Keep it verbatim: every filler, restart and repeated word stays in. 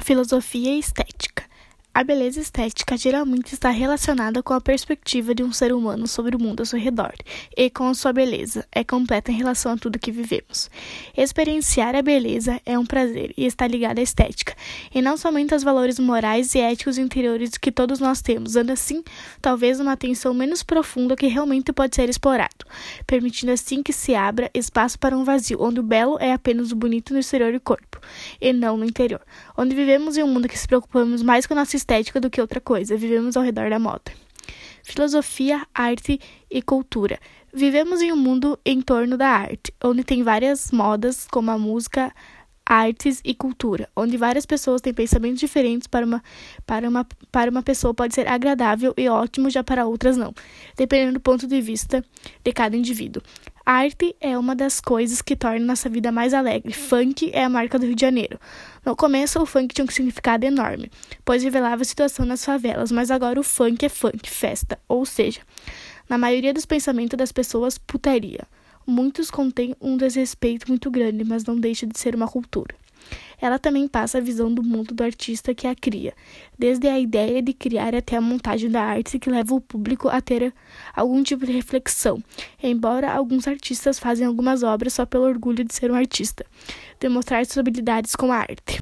Filosofia e estética. A beleza estética geralmente está relacionada com a perspectiva de um ser humano sobre o mundo ao seu redor, e com a sua beleza é completa em relação a tudo que vivemos. Experienciar a beleza é um prazer e está ligado à estética, e não somente aos valores morais e éticos interiores que todos nós temos, dando assim, talvez uma atenção menos profunda que realmente pode ser explorado, permitindo assim que se abra espaço para um vazio, onde o belo é apenas o bonito no exterior do corpo, e não no interior, onde vivemos em um mundo que se preocupamos mais com a nossa estética do que outra coisa, vivemos ao redor da moda. Filosofia, arte e cultura. Vivemos em um mundo em torno da arte, onde tem várias modas, como a música, artes e cultura, onde várias pessoas têm pensamentos diferentes. Para uma, para uma, para uma pessoa pode ser agradável e ótimo, já para outras não, dependendo do ponto de vista de cada indivíduo. A arte é uma das coisas que torna nossa vida mais alegre. Funk é a marca do Rio de Janeiro. No começo, o funk tinha um significado enorme, pois revelava a situação nas favelas, mas agora o funk é funk, festa, ou seja, na maioria dos pensamentos das pessoas, putaria. Muitos contêm um desrespeito muito grande, mas não deixa de ser uma cultura. Ela também passa a visão do mundo do artista que a cria, desde a ideia de criar até a montagem da arte que leva o público a ter algum tipo de reflexão, embora alguns artistas fazem algumas obras só pelo orgulho de ser um artista, demonstrar suas habilidades com a arte.